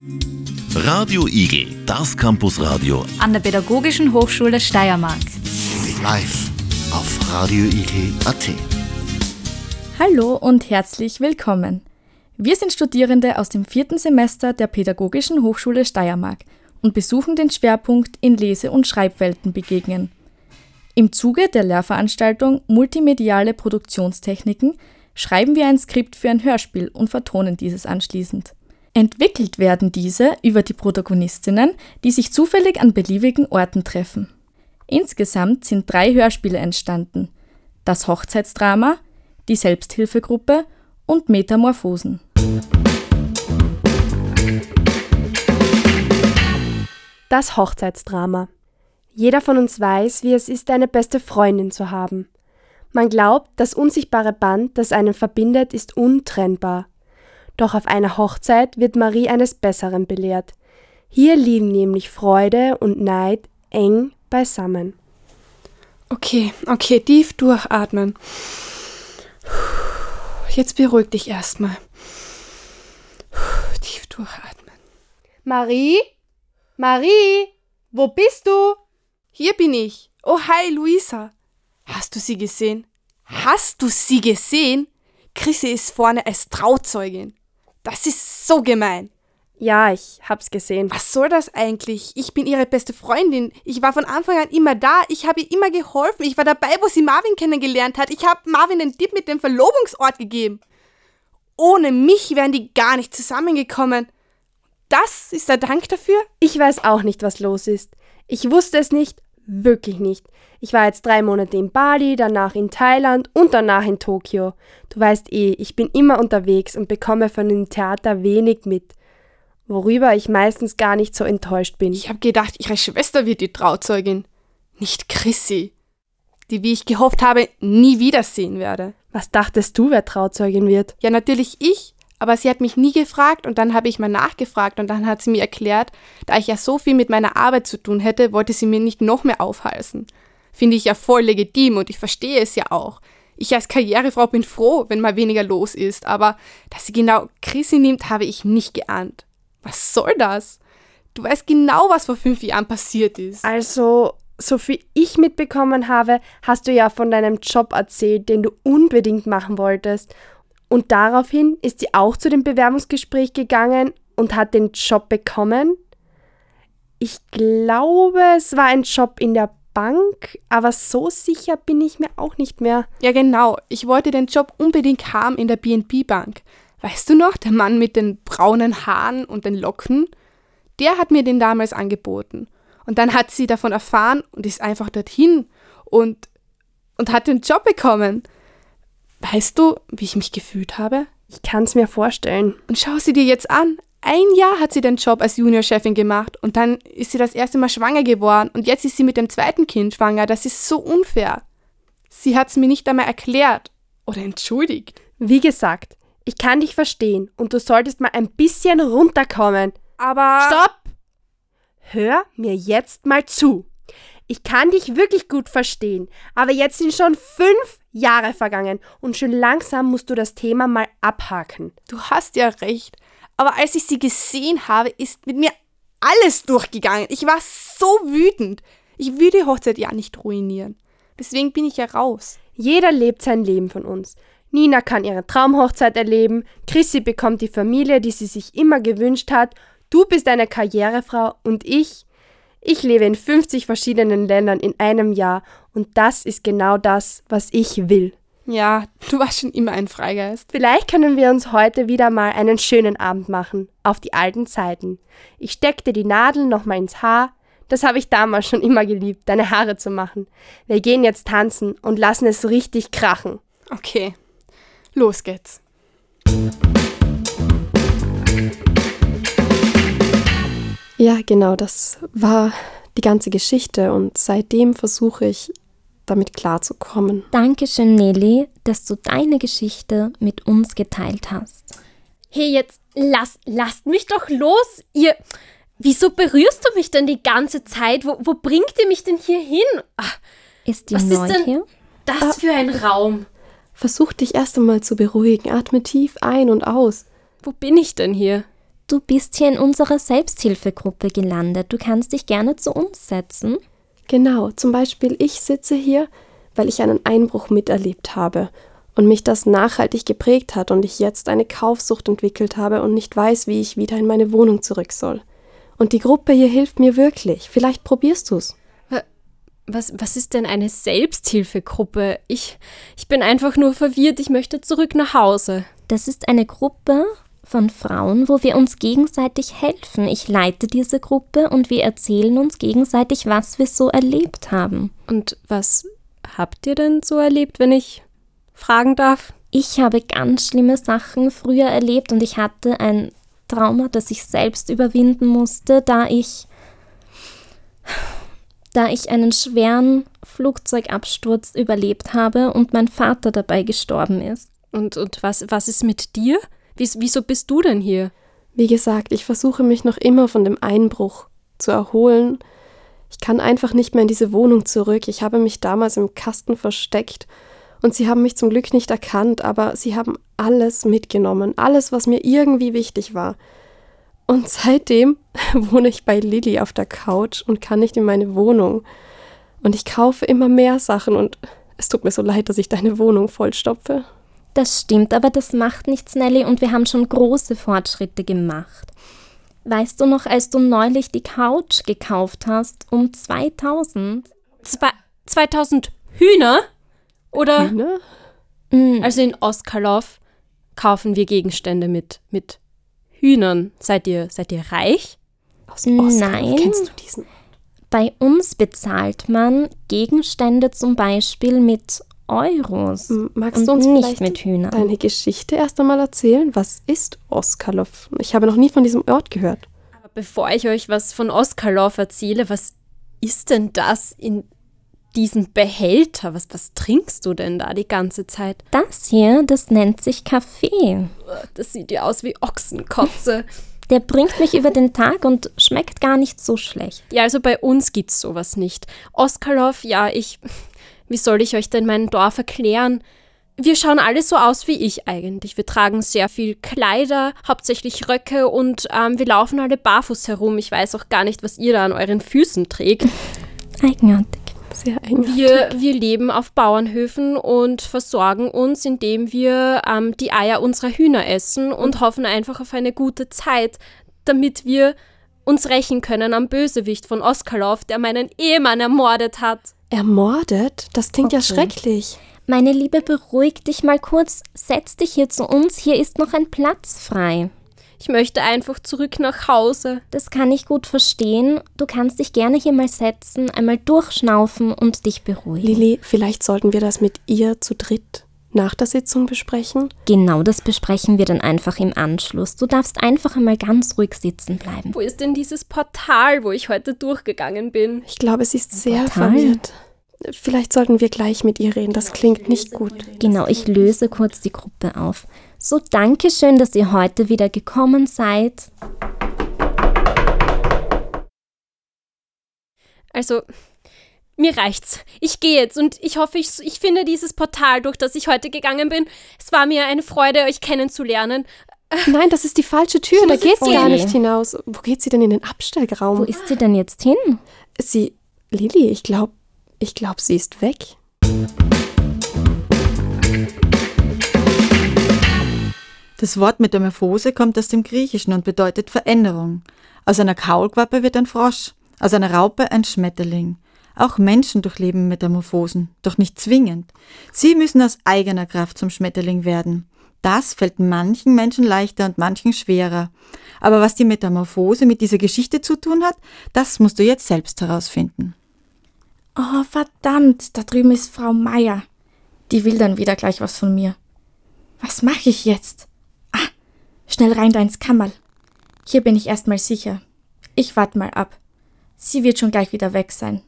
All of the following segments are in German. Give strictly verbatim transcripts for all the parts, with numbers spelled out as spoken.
Radio Igel, das Campusradio an der Pädagogischen Hochschule Steiermark. Live auf radio igel punkt a t. Hallo und herzlich willkommen. Wir sind Studierende aus dem vierten Semester der Pädagogischen Hochschule Steiermark und besuchen den Schwerpunkt in Lese- und Schreibwelten begegnen. Im Zuge der Lehrveranstaltung Multimediale Produktionstechniken schreiben wir ein Skript für ein Hörspiel und vertonen dieses anschließend. Entwickelt werden diese über die Protagonistinnen, die sich zufällig an beliebigen Orten treffen. Insgesamt sind drei Hörspiele entstanden: Das Hochzeitsdrama, die Selbsthilfegruppe und Metamorphosen. Das Hochzeitsdrama. Jeder von uns weiß, wie es ist, eine beste Freundin zu haben. Man glaubt, das unsichtbare Band, das einen verbindet, ist untrennbar. Doch auf einer Hochzeit wird Marie eines Besseren belehrt. Hier liegen nämlich Freude und Neid eng beisammen. Okay, okay, tief durchatmen. Jetzt beruhig dich erstmal. Tief durchatmen. Marie? Marie? Wo bist du? Hier bin ich. Oh, hi, Luisa. Hast du sie gesehen? Hast du sie gesehen? Chrissy ist vorne als Trauzeugin. Das ist so gemein. Ja, ich hab's gesehen. Was soll das eigentlich? Ich bin ihre beste Freundin. Ich war von Anfang an immer da. Ich habe ihr immer geholfen. Ich war dabei, wo sie Marvin kennengelernt hat. Ich habe Marvin den Tipp mit dem Verlobungsort gegeben. Ohne mich wären die gar nicht zusammengekommen. Das ist der Dank dafür? Ich weiß auch nicht, was los ist. Ich wusste es nicht, wirklich nicht. Ich war jetzt drei Monate in Bali, danach in Thailand und danach in Tokio. Du weißt eh, ich bin immer unterwegs und bekomme von dem Theater wenig mit, worüber ich meistens gar nicht so enttäuscht bin. Ich habe gedacht, ihre Schwester wird die Trauzeugin, nicht Chrissy, die, wie ich gehofft habe, nie wiedersehen werde. Was dachtest du, wer Trauzeugin wird? Ja, natürlich ich, aber sie hat mich nie gefragt und dann habe ich mal nachgefragt und dann hat sie mir erklärt, da ich ja so viel mit meiner Arbeit zu tun hätte, wollte sie mir nicht noch mehr aufhalsen. Finde ich ja voll legitim und ich verstehe es ja auch. Ich als Karrierefrau bin froh, wenn mal weniger los ist, aber dass sie genau Chrissy nimmt, habe ich nicht geahnt. Was soll das? Du weißt genau, was vor fünf Jahren passiert ist. Also, so viel ich mitbekommen habe, hast du ja von deinem Job erzählt, den du unbedingt machen wolltest. Und daraufhin ist sie auch zu dem Bewerbungsgespräch gegangen und hat den Job bekommen. Ich glaube, es war ein Job in der Bank, aber so sicher bin ich mir auch nicht mehr. Ja genau, ich wollte den Job unbedingt haben in der B N P-Bank. Weißt du noch, der Mann mit den braunen Haaren und den Locken? Der hat mir den damals angeboten. Und dann hat sie davon erfahren und ist einfach dorthin und, und hat den Job bekommen. Weißt du, wie ich mich gefühlt habe? Ich kann es mir vorstellen. Und schau sie dir jetzt an. Ein Jahr hat sie den Job als Juniorchefin gemacht und dann ist sie das erste Mal schwanger geworden und jetzt ist sie mit dem zweiten Kind schwanger. Das ist so unfair. Sie hat es mir nicht einmal erklärt oder entschuldigt. Wie gesagt, ich kann dich verstehen und du solltest mal ein bisschen runterkommen. Aber... Stopp! Hör mir jetzt mal zu. Ich kann dich wirklich gut verstehen, aber jetzt sind schon fünf Jahre vergangen und schon langsam musst du das Thema mal abhaken. Du hast ja recht. Aber als ich sie gesehen habe, ist mit mir alles durchgegangen. Ich war so wütend. Ich will die Hochzeit ja nicht ruinieren. Deswegen bin ich ja raus. Jeder lebt sein Leben von uns. Nina kann ihre Traumhochzeit erleben, Chrissy bekommt die Familie, die sie sich immer gewünscht hat, du bist eine Karrierefrau und ich, ich lebe in fünfzig verschiedenen Ländern in einem Jahr und das ist genau das, was ich will. Ja, du warst schon immer ein Freigeist. Vielleicht können wir uns heute wieder mal einen schönen Abend machen, auf die alten Zeiten. Ich steckte die Nadel nochmal ins Haar. Das habe ich damals schon immer geliebt, deine Haare zu machen. Wir gehen jetzt tanzen und lassen es richtig krachen. Okay, los geht's. Ja, genau, das war die ganze Geschichte und seitdem versuche ich, damit klarzukommen. Dankeschön, Nelly, dass du deine Geschichte mit uns geteilt hast. Hey, jetzt lasst, lasst mich doch los, ihr... Wieso berührst du mich denn die ganze Zeit? Wo, wo bringt ihr mich denn hier hin? Ach, ist die was neu ist denn hier? das Ah. für ein Raum? Versuch dich erst einmal zu beruhigen. Atme tief ein und aus. Wo bin ich denn hier? Du bist hier in unserer Selbsthilfegruppe gelandet. Du kannst dich gerne zu uns setzen. Genau, zum Beispiel ich sitze hier, weil ich einen Einbruch miterlebt habe und mich das nachhaltig geprägt hat und ich jetzt eine Kaufsucht entwickelt habe und nicht weiß, wie ich wieder in meine Wohnung zurück soll. Und die Gruppe hier hilft mir wirklich. Vielleicht probierst du's. Was, was ist denn eine Selbsthilfegruppe? Ich, ich bin einfach nur verwirrt. Ich möchte zurück nach Hause. Das ist eine Gruppe von Frauen, wo wir uns gegenseitig helfen. Ich leite diese Gruppe und wir erzählen uns gegenseitig, was wir so erlebt haben. Und was habt ihr denn so erlebt, wenn ich fragen darf? Ich habe ganz schlimme Sachen früher erlebt und ich hatte ein Trauma, das ich selbst überwinden musste, da ich, da ich einen schweren Flugzeugabsturz überlebt habe und mein Vater dabei gestorben ist. Und, und was, was ist mit dir? Wies, wieso bist du denn hier? Wie gesagt, ich versuche mich noch immer von dem Einbruch zu erholen. Ich kann einfach nicht mehr in diese Wohnung zurück. Ich habe mich damals im Kasten versteckt und sie haben mich zum Glück nicht erkannt, aber sie haben alles mitgenommen, alles, was mir irgendwie wichtig war. Und seitdem wohne ich bei Lilly auf der Couch und kann nicht in meine Wohnung. Und ich kaufe immer mehr Sachen und es tut mir so leid, dass ich deine Wohnung vollstopfe. Das stimmt, aber das macht nichts, Nelly, und wir haben schon große Fortschritte gemacht. Weißt du noch, als du neulich die Couch gekauft hast, um zweitausend? Zwei, zweitausend Hühner? Oder? Hühner? Mhm. Also in Oskarlof kaufen wir Gegenstände mit, mit Hühnern. Seid ihr, seid ihr reich? Aus Oskarlof, Nein. kennst du diesen? Bei uns bezahlt man Gegenstände zum Beispiel mit Euros Magst und du uns nicht vielleicht mit Hühnern. deine Geschichte erst einmal erzählen? Was ist Oskarlof? Ich habe noch nie von diesem Ort gehört. Aber bevor ich euch was von Oskarlof erzähle, was ist denn das in diesem Behälter? Was, was trinkst du denn da die ganze Zeit? Das hier, das nennt sich Kaffee. Das sieht ja aus wie Ochsenkotze. Der bringt mich über den Tag und schmeckt gar nicht so schlecht. Ja, also bei uns gibt's sowas nicht. Oskarlof, ja, ich... Wie soll ich euch denn mein Dorf erklären? Wir schauen alle so aus wie ich eigentlich. Wir tragen sehr viel Kleider, hauptsächlich Röcke und ähm, wir laufen alle barfuß herum. Ich weiß auch gar nicht, was ihr da an euren Füßen trägt. Eigenartig. Sehr eigenartig. Wir, wir leben auf Bauernhöfen und versorgen uns, indem wir ähm, die Eier unserer Hühner essen und hoffen einfach auf eine gute Zeit, damit wir uns rächen können am Bösewicht von Oskarlof, der meinen Ehemann ermordet hat. Ermordet? Das klingt Okay. ja schrecklich. Meine Liebe, beruhig dich mal kurz. Setz dich hier zu uns. Hier ist noch ein Platz frei. Ich möchte einfach zurück nach Hause. Das kann ich gut verstehen. Du kannst dich gerne hier mal setzen, einmal durchschnaufen und dich beruhigen. Lilly, vielleicht sollten wir das mit ihr zu dritt nach der Sitzung besprechen? Genau, das besprechen wir dann einfach im Anschluss. Du darfst einfach einmal ganz ruhig sitzen bleiben. Wo ist denn dieses Portal, wo ich heute durchgegangen bin? Ich glaube, sie ist sehr Portal? verwirrt. Vielleicht sollten wir gleich mit ihr reden. Das klingt nicht gut. Genau, ich löse kurz die Gruppe auf. So, danke schön, dass ihr heute wieder gekommen seid. Also, mir reicht's. Ich gehe jetzt und ich hoffe, ich, ich finde dieses Portal, durch das ich heute gegangen bin. Es war mir eine Freude, euch kennenzulernen. Nein, das ist die falsche Tür. Da muss geht jetzt sie gar gehen. nicht hinaus. Wo geht sie denn in den Abstellraum? Wo ist sie denn jetzt hin? Sie, Lilly, ich glaube, ich glaube, sie ist weg. Das Wort Metamorphose kommt aus dem Griechischen und bedeutet Veränderung. Aus einer Kaulquappe wird ein Frosch, aus einer Raupe ein Schmetterling. Auch Menschen durchleben Metamorphosen, doch nicht zwingend. Sie müssen aus eigener Kraft zum Schmetterling werden. Das fällt manchen Menschen leichter und manchen schwerer. Aber was die Metamorphose mit dieser Geschichte zu tun hat, das musst du jetzt selbst herausfinden. Oh, verdammt, da drüben ist Frau Meier. Die will dann wieder gleich was von mir. Was mache ich jetzt? Ah, schnell rein da ins Kammerl. Hier bin ich erstmal sicher. Ich warte mal ab. Sie wird schon gleich wieder weg sein.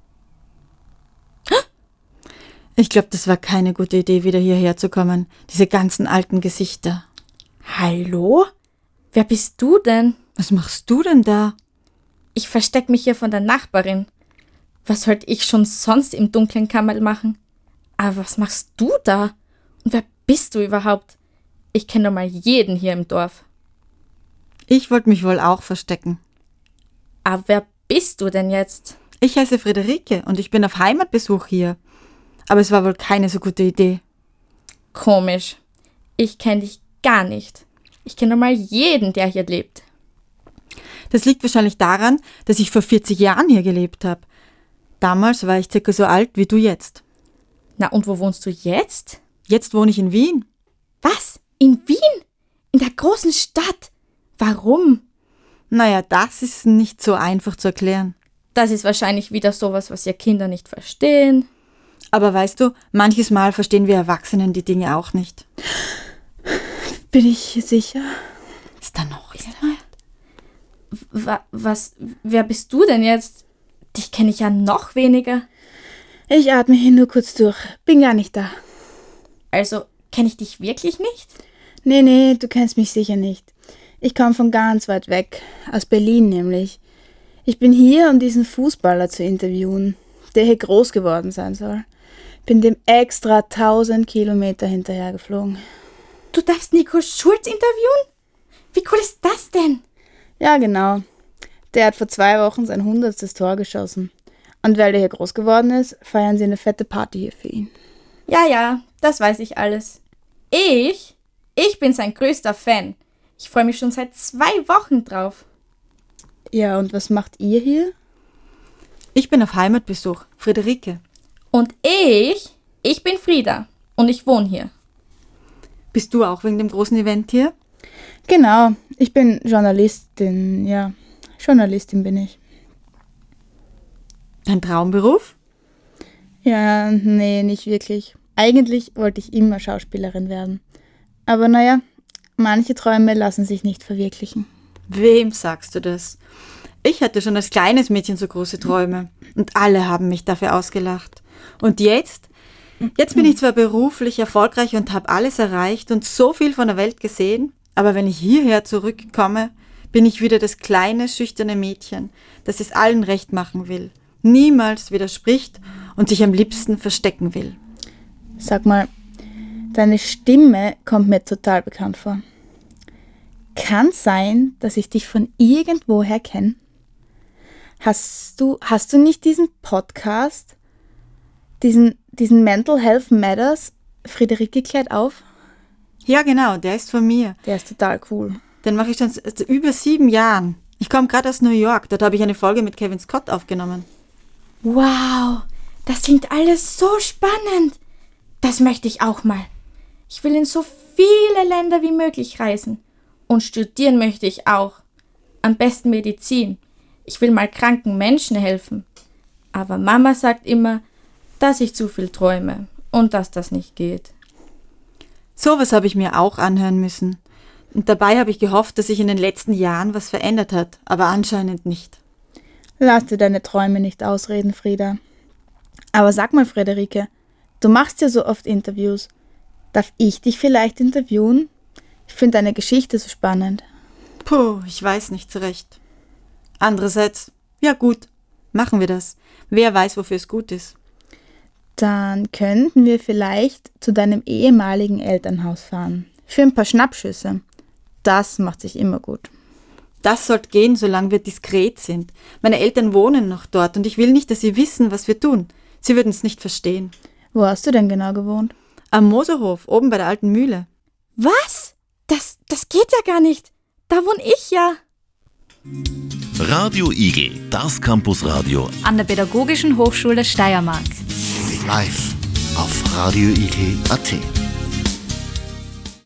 Ich glaube, das war keine gute Idee, wieder hierher zu kommen. Diese ganzen alten Gesichter. Hallo? Wer bist du denn? Was machst du denn da? Ich versteck mich hier von der Nachbarin. Was sollte ich schon sonst im dunklen Kammerl machen? Aber was machst du da? Und wer bist du überhaupt? Ich kenne doch mal jeden hier im Dorf. Ich wollte mich wohl auch verstecken. Aber wer bist du denn jetzt? Ich heiße Friederike und ich bin auf Heimatbesuch hier. Aber es war wohl keine so gute Idee. Komisch. Ich kenne dich gar nicht. Ich kenne mal jeden, der hier lebt. Das liegt wahrscheinlich daran, dass ich vor vierzig Jahren hier gelebt habe. Damals war ich circa so alt wie du jetzt. Na, und wo wohnst du jetzt? Jetzt wohne ich in Wien. Was? In Wien? In der großen Stadt? Warum? Naja, das ist nicht so einfach zu erklären. Das ist wahrscheinlich wieder sowas, was ja Kinder nicht verstehen. Aber weißt du, manches Mal verstehen wir Erwachsenen die Dinge auch nicht. Bin ich sicher? Ist da noch ist jemand? Wa- was? Wer bist du denn jetzt? Dich kenne ich ja noch weniger. Ich atme hier nur kurz durch. Bin gar nicht da. Also, kenne ich dich wirklich nicht? Nee, nee, du kennst mich sicher nicht. Ich komme von ganz weit weg. Aus Berlin nämlich. Ich bin hier, um diesen Fußballer zu interviewen, der hier groß geworden sein soll. Bin dem extra tausend Kilometer hinterher geflogen. Du darfst Nico Schulz interviewen? Wie cool ist das denn? Ja, genau. Der hat vor zwei Wochen sein hundertstes Tor geschossen. Und weil der hier groß geworden ist, feiern sie eine fette Party hier für ihn. Ja, ja, das weiß ich alles. Ich? Ich bin sein größter Fan. Ich freue mich schon seit zwei Wochen drauf. Ja, und was macht ihr hier? Ich bin auf Heimatbesuch, Friederike. Und ich? Ich bin Frieda und ich wohne hier. Bist du auch wegen dem großen Event hier? Genau, ich bin Journalistin, ja. Journalistin bin ich. Dein Traumberuf? Ja, nee, nicht wirklich. Eigentlich wollte ich immer Schauspielerin werden. Aber naja, manche Träume lassen sich nicht verwirklichen. Wem sagst du das? Ich hatte schon als kleines Mädchen so große Träume und alle haben mich dafür ausgelacht. Und jetzt? Jetzt bin ich zwar beruflich erfolgreich und habe alles erreicht und so viel von der Welt gesehen, aber wenn ich hierher zurückkomme, bin ich wieder das kleine, schüchterne Mädchen, das es allen recht machen will, niemals widerspricht und sich am liebsten verstecken will. Sag mal, deine Stimme kommt mir total bekannt vor. Kann sein, dass ich dich von irgendwoher kenne? Hast du, hast du nicht diesen Podcast, diesen, diesen Mental Health Matters, Friederike klärt auf? Ja, genau, der ist von mir. Der ist total cool. Den mache ich schon seit über sieben Jahren. Ich komme gerade aus New York, dort habe ich eine Folge mit Kevin Scott aufgenommen. Wow, das klingt alles so spannend. Das möchte ich auch mal. Ich will in so viele Länder wie möglich reisen. Und studieren möchte ich auch. Am besten Medizin. Ich will mal kranken Menschen helfen. Aber Mama sagt immer, dass ich zu viel träume und dass das nicht geht. Sowas habe ich mir auch anhören müssen. Und dabei habe ich gehofft, dass sich in den letzten Jahren was verändert hat, aber anscheinend nicht. Lass dir deine Träume nicht ausreden, Frieda. Aber sag mal, Friederike, du machst ja so oft Interviews. Darf ich dich vielleicht interviewen? Ich finde deine Geschichte so spannend. Puh, ich weiß nicht so recht. Andererseits, ja gut, machen wir das. Wer weiß, wofür es gut ist. Dann könnten wir vielleicht zu deinem ehemaligen Elternhaus fahren. Für ein paar Schnappschüsse. Das macht sich immer gut. Das sollte gehen, solange wir diskret sind. Meine Eltern wohnen noch dort und ich will nicht, dass sie wissen, was wir tun. Sie würden es nicht verstehen. Wo hast du denn genau gewohnt? Am Moserhof, oben bei der alten Mühle. Was? Das, das geht ja gar nicht. Da wohne ich ja. Radio Igel, das Campusradio an der Pädagogischen Hochschule Steiermark. Live auf radioigel punkt at.